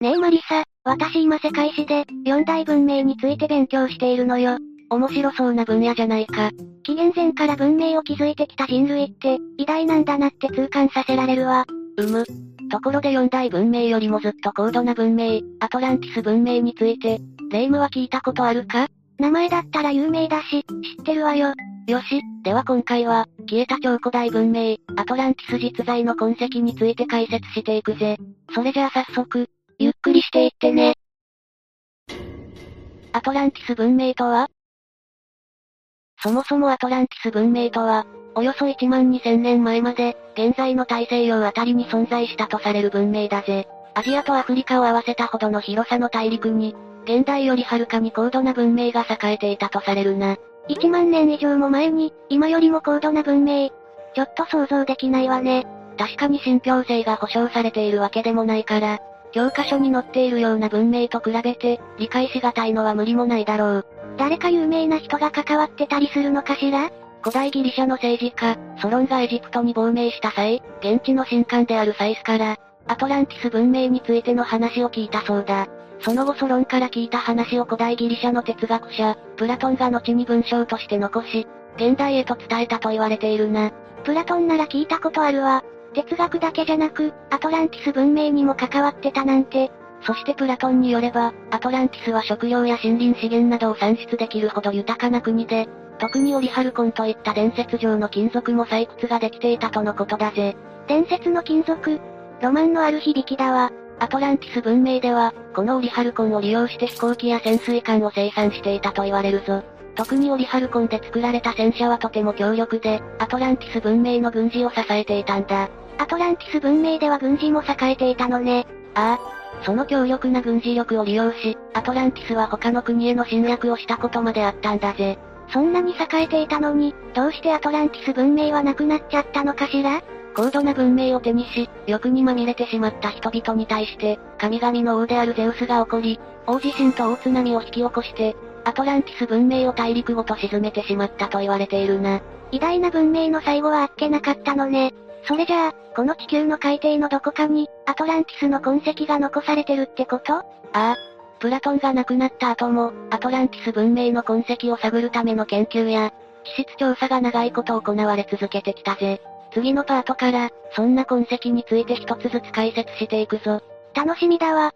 ねえマリサ、私今世界史で、四大文明について勉強しているのよ。 面白そうな分野じゃないか。 紀元前から文明を築いてきた人類って、偉大なんだなって痛感させられるわ。 ところで四大文明よりもずっと高度な文明、アトランティス文明について、霊夢は聞いたことあるか？ 名前だったら有名だし、知ってるわよ。 よし、では今回は、消えた超古代文明、アトランティス実在の痕跡について解説していくぜ。それじゃあ早速、 ゆっくりしていってね。 アトランティス文明とは？そもそもアトランティス文明とは、およそ1万2000年前まで、現在の大西洋あたりに存在したとされる文明だぜ。アジアとアフリカを合わせたほどの広さの大陸に、現代よりはるかに高度な文明が栄えていたとされるな。 1万年以上も前に、今よりも高度な文明。ちょっと想像できないわね。 確かに信憑性が保証されているわけでもないから、教科書に載っているような文明と比べて、理解しがたいのは無理もないだろう。 誰か有名な人が関わってたりするのかしら？ 古代ギリシャの政治家、ソロンがエジプトに亡命した際、現地の神官であるサイスから、アトランティス文明についての話を聞いたそうだ。その後ソロンから聞いた話を古代ギリシャの哲学者、プラトンが後に文章として残し、現代へと伝えたと言われているな。 プラトンなら聞いたことあるわ。哲学だけじゃなく、アトランティス文明にも関わってたなんて。 そしてプラトンによれば、アトランティスは食料や森林資源などを産出できるほど豊かな国で、特にオリハルコンといった伝説上の金属も採掘ができていたとのことだぜ。 伝説の金属？ロマンのある響きだわ。 アトランティス文明では、このオリハルコンを利用して飛行機や潜水艦を生産していたと言われるぞ。特にオリハルコンで作られた戦車はとても強力で、アトランティス文明の軍事を支えていたんだ。 アトランティス文明では軍事も栄えていたのね。 ああ、その強力な軍事力を利用し、アトランティスは他の国への侵略をしたことまであったんだぜ。 そんなに栄えていたのに、どうしてアトランティス文明はなくなっちゃったのかしら？ 高度な文明を手にし、欲にまみれてしまった人々に対して、神々の王であるゼウスが怒り、大地震と大津波を引き起こして、アトランティス文明を大陸ごと沈めてしまったと言われているな。 偉大な文明の最後はあっけなかったのね。それじゃあ、この地球の海底のどこかに、アトランティスの痕跡が残されてるってこと？ ああ。プラトンが亡くなった後も、アトランティス文明の痕跡を探るための研究や、地質調査が長いこと行われ続けてきたぜ。次のパートから、そんな痕跡について一つずつ解説していくぞ。 楽しみだわ。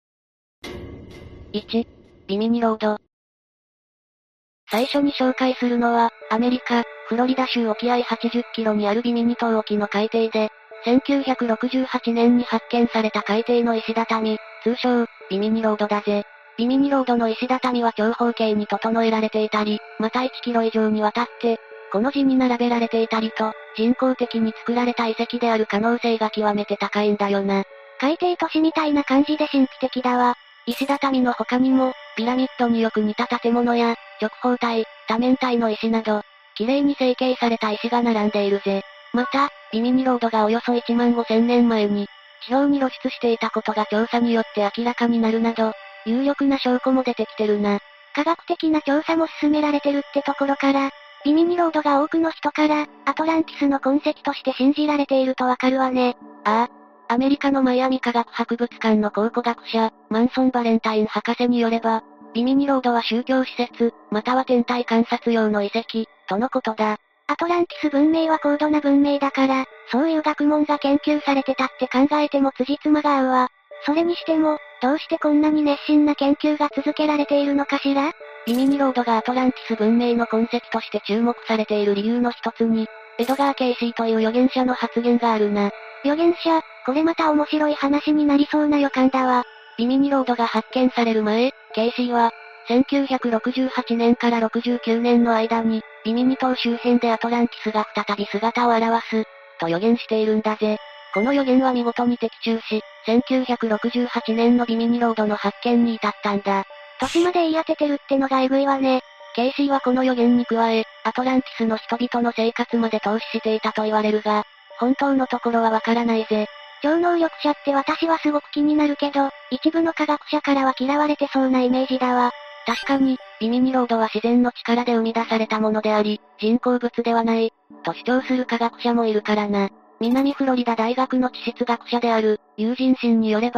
1、ビミニロード。最初に紹介するのは、アメリカ、フロリダ州沖合80キロにあるビミニ島沖の海底で、1968年に発見された海底の石畳、通称、ビミニロードだぜ。ビミニロードの石畳は長方形に整えられていたり、また1キロ以上にわたって、この字に並べられていたりと、人工的に作られた遺跡である可能性が極めて高いんだよな。 海底都市みたいな感じで神秘的だわ。 石畳の他にも、ピラミッドによく似た建物や、直方体、多面体の石など、綺麗に成形された石が並んでいるぜ。また、ビミニロードがおよそ1万5000年前に、地表に露出していたことが調査によって明らかになるなど、有力な証拠も出てきてるな。 科学的な調査も進められてるってところから、ビミニロードが多くの人から、アトランティスの痕跡として信じられているとわかるわね。 ああ、アメリカのマイアミ科学博物館の考古学者、マンソン・バレンタイン博士によれば、ビミニロードは宗教施設、または天体観察用の遺跡、とのことだ。 アトランティス文明は高度な文明だから、そういう学問が研究されてたって考えても辻褄が合うわ。それにしても、どうしてこんなに熱心な研究が続けられているのかしら？ ビミニロードがアトランティス文明の痕跡として注目されている理由の一つに、エドガー・ケイシーという預言者の発言があるな。 預言者、これまた面白い話になりそうな予感だわ。 ビミニロードが発見される前、ケイシーは、1968年から69年の間に、ビミニ島周辺でアトランティスが再び姿を現す、と予言しているんだぜ。この予言は見事に的中し、1968年のビミニロードの発見に至ったんだ。 年まで言い当ててるってのがエグいわね。 ケイシーはこの予言に加え、アトランティスの人々の生活まで投資していたと言われるが、本当のところはわからないぜ。 超能力者って私はすごく気になるけど、一部の科学者からは嫌われてそうなイメージだわ。 確かに、ビミニロードは自然の力で生み出されたものであり、人工物ではない、と主張する科学者もいるからな。南フロリダ大学の地質学者である、ユージンシンによれば、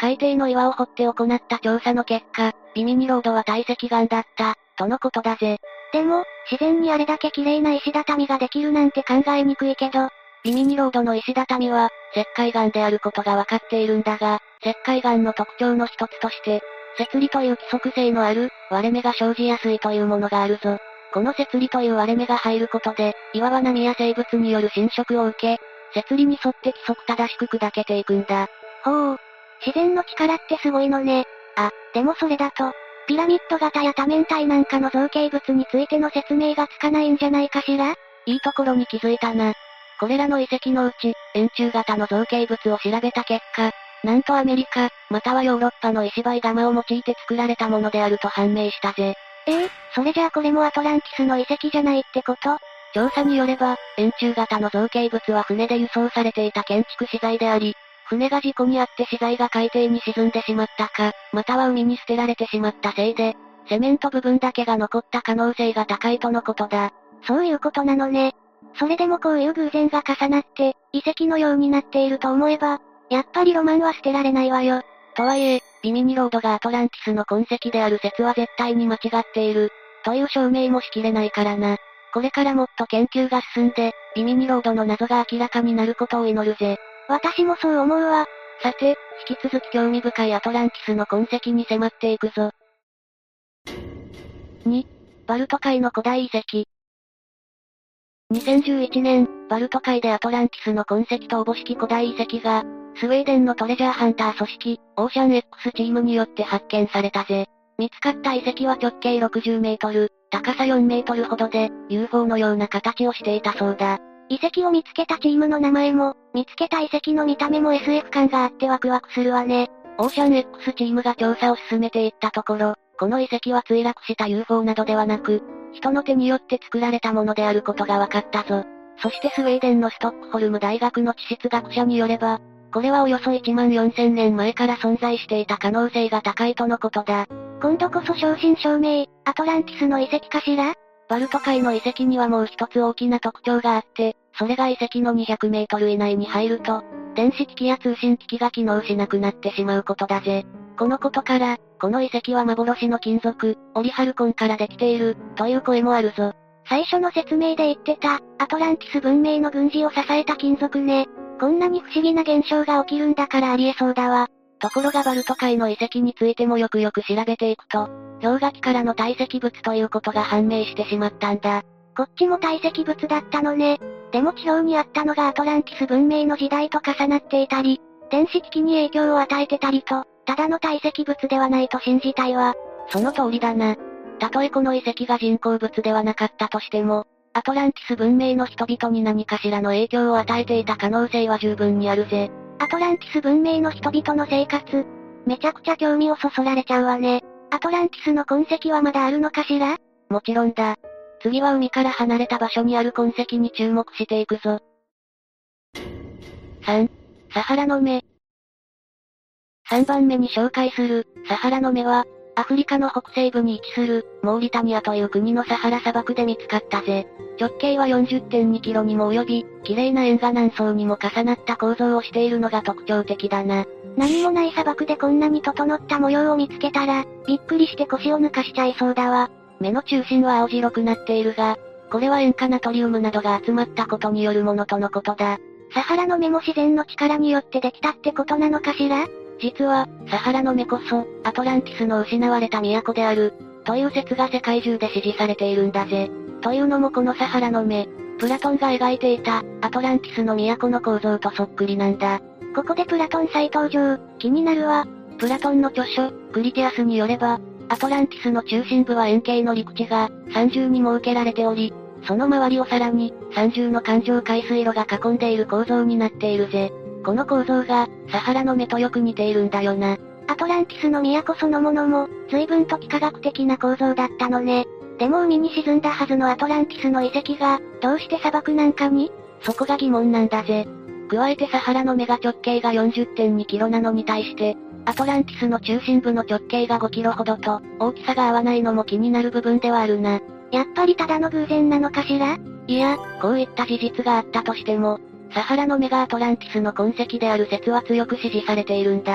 海底の岩を掘って行った調査の結果、ビミニロードは堆積岩だった、とのことだぜ。 でも、自然にあれだけ綺麗な石畳ができるなんて考えにくいけど、 ビミニロードの石畳は、石灰岩であることがわかっているんだが、石灰岩の特徴の一つとして、節理という規則性のある、割れ目が生じやすいというものがあるぞ。この節理という割れ目が入ることで、岩は波や生物による侵食を受け、節理に沿って規則正しく砕けていくんだ。 ほう。自然の力ってすごいのね。あ、でもそれだと、ピラミッド型や多面体なんかの造形物についての説明がつかないんじゃないかしら？ いいところに気づいたな。これらの遺跡のうち、円柱型の造形物を調べた結果、なんとアメリカ、またはヨーロッパの石灰玉を用いて作られたものであると判明したぜ。 それじゃあこれもアトランティスの遺跡じゃないってこと？ 調査によれば、円柱型の造形物は船で輸送されていた建築資材であり、船が事故にあって資材が海底に沈んでしまったか、または海に捨てられてしまったせいで、セメント部分だけが残った可能性が高いとのことだ。 そういうことなのね。それでもこういう偶然が重なって、遺跡のようになっていると思えば、やっぱりロマンは捨てられないわよ。 とはいえ、ビミニロードがアトランティスの痕跡である説は絶対に間違っている、という証明もしきれないからな。これからもっと研究が進んで、ビミニロードの謎が明らかになることを祈るぜ。 私もそう思うわ。 さて、引き続き興味深いアトランティスの痕跡に迫っていくぞ。2、バルト海の古代遺跡。2011年、バルト海でアトランティスの痕跡とおぼしき古代遺跡が、スウェーデンのトレジャーハンター組織、オーシャン X チームによって発見されたぜ。見つかった遺跡は直径60メートル、高さ4メートルほどで、UFO のような形をしていたそうだ。 遺跡を見つけたチームの名前も、見つけた遺跡の見た目も SF 感があってワクワクするわね。 オーシャン X チームが調査を進めていったところ、この遺跡は墜落した UFO などではなく、人の手によって作られたものであることが分かったぞ。そしてスウェーデンのストックホルム大学の地質学者によれば、これはおよそ1万4000年前から存在していた可能性が高いとのことだ。 今度こそ正真正銘、アトランティスの遺跡かしら？ バルト海の遺跡にはもう一つ大きな特徴があって、それが遺跡の200メートル以内に入ると、電子機器や通信機器が機能しなくなってしまうことだぜ。このことから、この遺跡は幻の金属、オリハルコンからできている、という声もあるぞ。 最初の説明で言ってた、アトランティス文明の軍事を支えた金属ね。こんなに不思議な現象が起きるんだからありえそうだわ。 ところがバルト海の遺跡についてもよくよく調べていくと、氷河期からの堆積物ということが判明してしまったんだ。 こっちも堆積物だったのね。でも地表にあったのがアトランティス文明の時代と重なっていたり、電子機器に影響を与えてたりと、ただの堆積物ではないと信じたいわ。 その通りだな。たとえこの遺跡が人工物ではなかったとしても、アトランティス文明の人々に何かしらの影響を与えていた可能性は十分にあるぜ。 アトランティス文明の人々の生活、めちゃくちゃ興味をそそられちゃうわね。アトランティスの痕跡はまだあるのかしら？ もちろんだ。次は海から離れた場所にある痕跡に注目していくぞ。3、サハラの目。3番目に紹介する、サハラの目は、アフリカの北西部に位置する、モーリタニアという国のサハラ砂漠で見つかったぜ。直径は 40.2 キロにも及び、綺麗な円が何層にも重なった構造をしているのが特徴的だな。 何もない砂漠でこんなに整った模様を見つけたら、びっくりして腰を抜かしちゃいそうだわ。 目の中心は青白くなっているが、これは塩化ナトリウムなどが集まったことによるものとのことだ。 サハラの目も自然の力によってできたってことなのかしら？ 実は、サハラの目こそ、アトランティスの失われた都である、という説が世界中で支持されているんだぜ。というのもこのサハラの目、プラトンが描いていた、アトランティスの都の構造とそっくりなんだ。 ここでプラトン再登場、気になるわ。 プラトンの著書、クリティアスによれば、アトランティスの中心部は円形の陸地が、三重に設けられており、その周りをさらに、三重の環状海水路が囲んでいる構造になっているぜ。この構造が、サハラの目とよく似ているんだよな。 アトランティスの都そのものも、随分と幾何学的な構造だったのね。でも海に沈んだはずのアトランティスの遺跡が、どうして砂漠なんかに？ そこが疑問なんだぜ。加えてサハラの目が直径が 40.2 キロなのに対して、アトランティスの中心部の直径が5キロほどと、大きさが合わないのも気になる部分ではあるな。 やっぱりただの偶然なのかしら？ いや、こういった事実があったとしても、サハラの目がアトランティスの痕跡である説は強く支持されているんだ。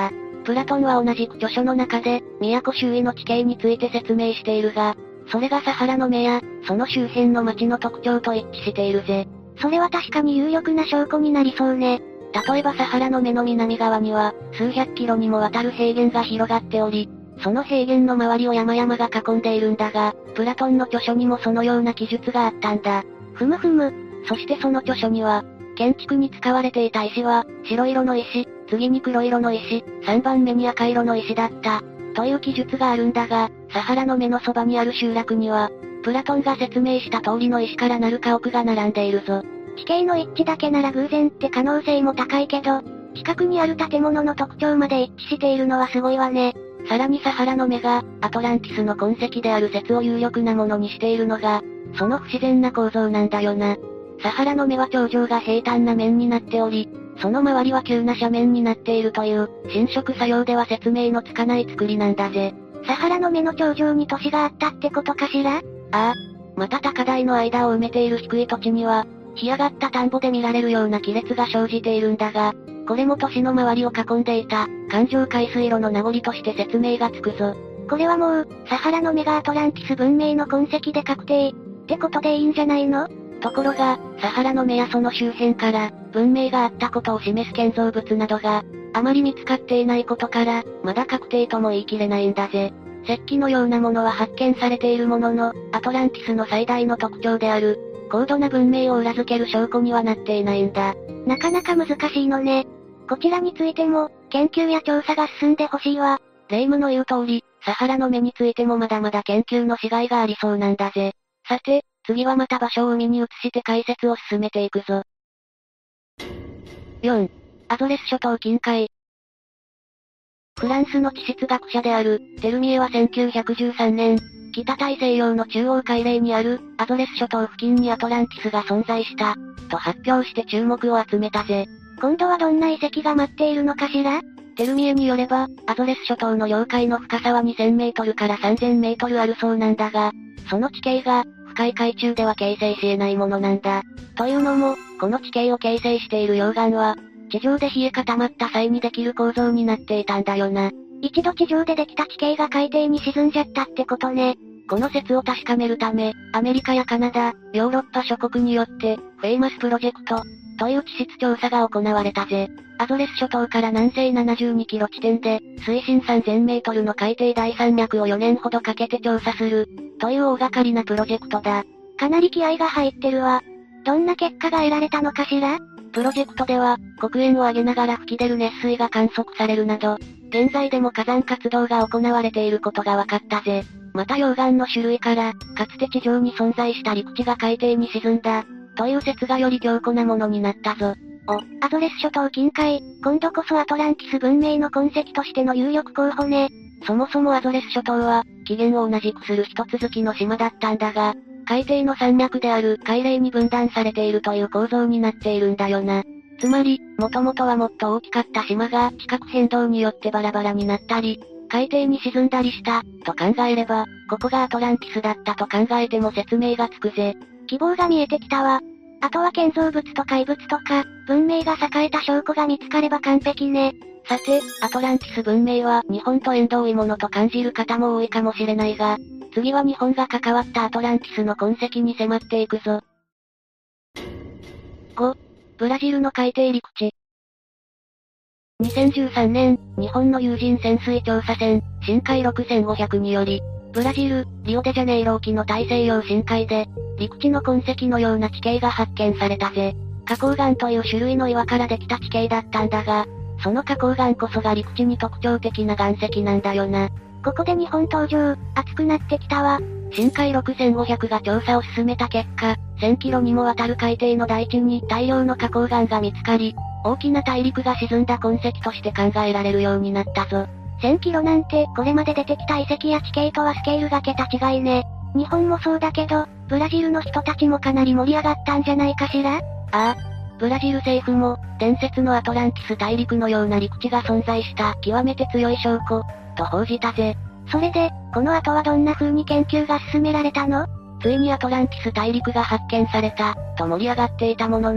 プラトンは同じく著書の中で、都周囲の地形について説明しているが、それがサハラの目や、その周辺の町の特徴と一致しているぜ。 それは確かに有力な証拠になりそうね。 例えばサハラの目の南側には、数百キロにもわたる平原が広がっており、その平原の周りを山々が囲んでいるんだが、プラトンの著書にもそのような記述があったんだ。 ふむふむ。 そしてその著書には、建築に使われていた石は、白色の石、次に黒色の石、3番目に赤色の石だった、という記述があるんだが、サハラの目のそばにある集落には、プラトンが説明した通りの石からなる家屋が並んでいるぞ。 地形の一致だけなら偶然って可能性も高いけど、近くにある建物の特徴まで一致しているのはすごいわね。 さらにサハラの目が、アトランティスの痕跡である説を有力なものにしているのが、その不自然な構造なんだよな。サハラの目は頂上が平坦な面になっており、その周りは急な斜面になっているという、侵食作用では説明のつかない作りなんだぜ。 サハラの目の頂上に都市があったってことかしら？ ああ。また高台の間を埋めている低い土地には、干上がった田んぼで見られるような亀裂が生じているんだが、これも都市の周りを囲んでいた、環状海水路の名残として説明がつくぞ。 これはもう、サハラの目がアトランティス文明の痕跡で確定、ってことでいいんじゃないの？ ところが、サハラの目やその周辺から、文明があったことを示す建造物などが、あまり見つかっていないことから、まだ確定とも言い切れないんだぜ。石器のようなものは発見されているものの、アトランティスの最大の特徴である、高度な文明を裏付ける証拠にはなっていないんだ。 なかなか難しいのね。こちらについても、研究や調査が進んでほしいわ。 霊夢の言う通り、サハラの目についてもまだまだ研究のしがいがありそうなんだぜ。さて、次はまた場所を海に移して解説を進めていくぞ。4. アゾレス諸島近海。フランスの地質学者である、テルミエは1913年、北大西洋の中央海嶺にある、アゾレス諸島付近にアトランティスが存在した、と発表して注目を集めたぜ。 今度はどんな遺跡が待っているのかしら？ テルミエによれば、アゾレス諸島の領海の深さは2000メートルから3000メートルあるそうなんだが、その地形が、深い海中では形成し得ないものなんだ。というのも、この地形を形成している溶岩は、地上で冷え固まった際にできる構造になっていたんだよな。 一度地上でできた地形が海底に沈んじゃったってことね。 この説を確かめるため、アメリカやカナダ、ヨーロッパ諸国によって、フェイマスプロジェクト、という地質調査が行われたぜ。アゾレス諸島から南西72キロ地点で、水深3000メートルの海底大山脈を4年ほどかけて調査する、という大掛かりなプロジェクトだ。 かなり気合が入ってるわ。どんな結果が得られたのかしら？ プロジェクトでは、黒煙を上げながら吹き出る熱水が観測されるなど、現在でも火山活動が行われていることが分かったぜ。また溶岩の種類から、かつて地上に存在した陸地が海底に沈んだ、という説がより強固なものになったぞ。 アゾレス諸島近海、今度こそアトランティス文明の痕跡としての有力候補ね。 そもそもアゾレス諸島は、起源を同じくする一続きの島だったんだが、海底の山脈である海嶺に分断されているという構造になっているんだよな。つまり、元々はもっと大きかった島が地殻変動によってバラバラになったり、海底に沈んだりした、と考えれば、ここがアトランティスだったと考えても説明がつくぜ。 希望が見えてきたわ。あとは建造物とか遺物とか、文明が栄えた証拠が見つかれば完璧ね。 さて、アトランティス文明は日本と縁遠いものと感じる方も多いかもしれないが、次は日本が関わったアトランティスの痕跡に迫っていくぞ。5. ブラジルの海底陸地。2013年、日本の有人潜水調査船、深海6500により、ブラジル、リオデジャネイロ沖の大西洋深海で、陸地の痕跡のような地形が発見されたぜ。花崗岩という種類の岩からできた地形だったんだが、その花崗岩こそが陸地に特徴的な岩石なんだよな。 ここで日本登場、熱くなってきたわ。 深海6500が調査を進めた結果、1000キロにもわたる海底の大地に大量の花崗岩が見つかり、大きな大陸が沈んだ痕跡として考えられるようになったぞ。 1000キロなんて、これまで出てきた遺跡や地形とはスケールが桁違いね。日本もそうだけど、ブラジルの人たちもかなり盛り上がったんじゃないかしら？ ああ。ブラジル政府も、伝説のアトランティス大陸のような陸地が存在した極めて強い証拠、と報じたぜ。 それで、この後はどんな風に研究が進められたの？ ついにアトランティス大陸が発見された、と盛り上がっていたものの、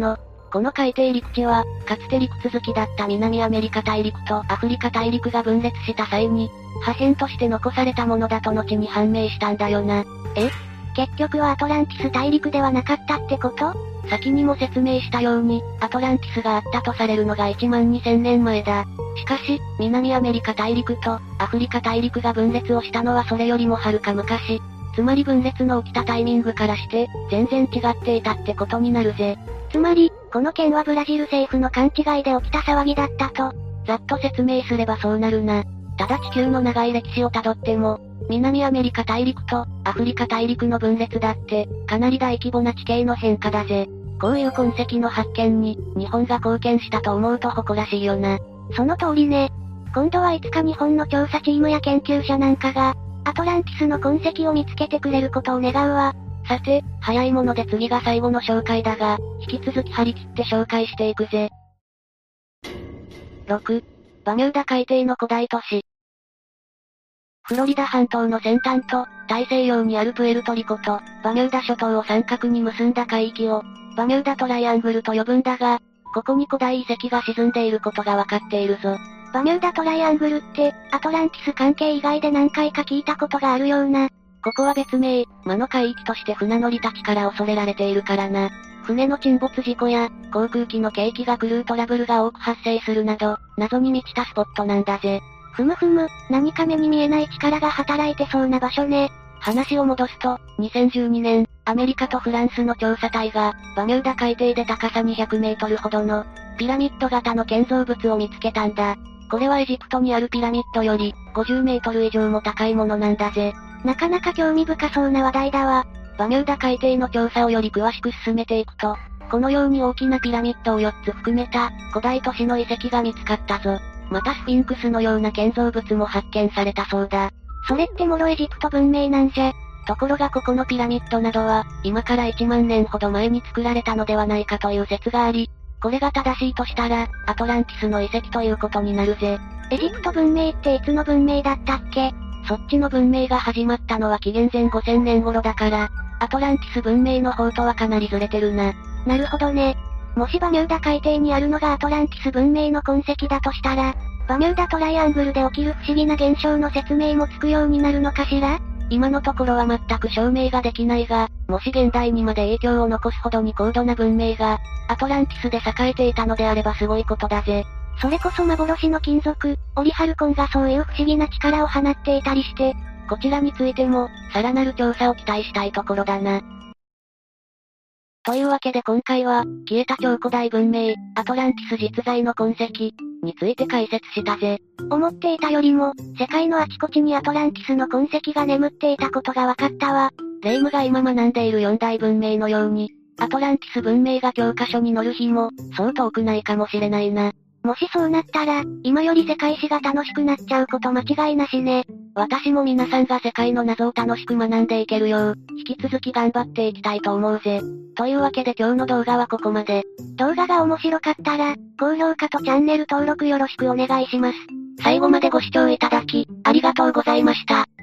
この海底陸地は、かつて陸続きだった南アメリカ大陸とアフリカ大陸が分裂した際に、破片として残されたものだと後に判明したんだよな。 結局はアトランティス大陸ではなかったってこと？ 先にも説明したように、アトランティスがあったとされるのが1万2000年前だ。しかし、南アメリカ大陸とアフリカ大陸が分裂をしたのはそれよりもはるか昔。つまり分裂の起きたタイミングからして、全然違っていたってことになるぜ。 つまり、この件はブラジル政府の勘違いで起きた騒ぎだったと。 ざっと説明すればそうなるな。ただ地球の長い歴史をたどっても、南アメリカ大陸とアフリカ大陸の分裂だって、かなり大規模な地形の変化だぜ。こういう痕跡の発見に、日本が貢献したと思うと誇らしいよな。 その通りね。今度はいつか日本の調査チームや研究者なんかが、アトランティスの痕跡を見つけてくれることを願うわ。 さて、早いもので次が最後の紹介だが、引き続き張り切って紹介していくぜ。6、バミューダ海底の古代都市。フロリダ半島の先端と、大西洋にあるプエルトリコと、バミューダ諸島を三角に結んだ海域を、バミューダトライアングルと呼ぶんだが、ここに古代遺跡が沈んでいることがわかっているぞ。 バミューダトライアングルって、アトランティス関係以外で何回か聞いたことがあるような。 ここは別名、魔の海域として船乗りたちから恐れられているからな。船の沈没事故や、航空機の景気が狂うトラブルが多く発生するなど、謎に満ちたスポットなんだぜ。 ふむふむ、何か目に見えない力が働いてそうな場所ね。 話を戻すと、2012年、アメリカとフランスの調査隊が、バミューダ海底で高さ200メートルほどの、ピラミッド型の建造物を見つけたんだ。これはエジプトにあるピラミッドより、50メートル以上も高いものなんだぜ。 なかなか興味深そうな話題だわ。 バミューダ海底の調査をより詳しく進めていくと、このように大きなピラミッドを4つ含めた、古代都市の遺跡が見つかったぞ。またスフィンクスのような建造物も発見されたそうだ。 それってもろエジプト文明なんじゃ。 ところがここのピラミッドなどは、今から1万年ほど前に作られたのではないかという説があり、これが正しいとしたら、アトランティスの遺跡ということになるぜ。 エジプト文明っていつの文明だったっけ？ そっちの文明が始まったのは紀元前5000年頃だから、アトランティス文明の方とはかなりずれてるな。 なるほどね。もしバミューダ海底にあるのがアトランティス文明の痕跡だとしたら、バミューダトライアングルで起きる不思議な現象の説明もつくようになるのかしら？ 今のところは全く証明ができないが、もし現代にまで影響を残すほどに高度な文明が、アトランティスで栄えていたのであればすごいことだぜ。 それこそ幻の金属、オリハルコンがそういう不思議な力を放っていたりして、 こちらについても、さらなる調査を期待したいところだな。というわけで今回は、消えた超古代文明、アトランティス実在の痕跡、について解説したぜ。 思っていたよりも、世界のあちこちにアトランティスの痕跡が眠っていたことが分かったわ。 霊夢が今学んでいる四大文明のように、アトランティス文明が教科書に載る日も、そう遠くないかもしれないな。 もしそうなったら、今より世界史が楽しくなっちゃうこと間違いなしね。 私も皆さんが世界の謎を楽しく学んでいけるよう、引き続き頑張っていきたいと思うぜ。というわけで今日の動画はここまで。 動画が面白かったら、高評価とチャンネル登録よろしくお願いします。 最後までご視聴いただき、ありがとうございました。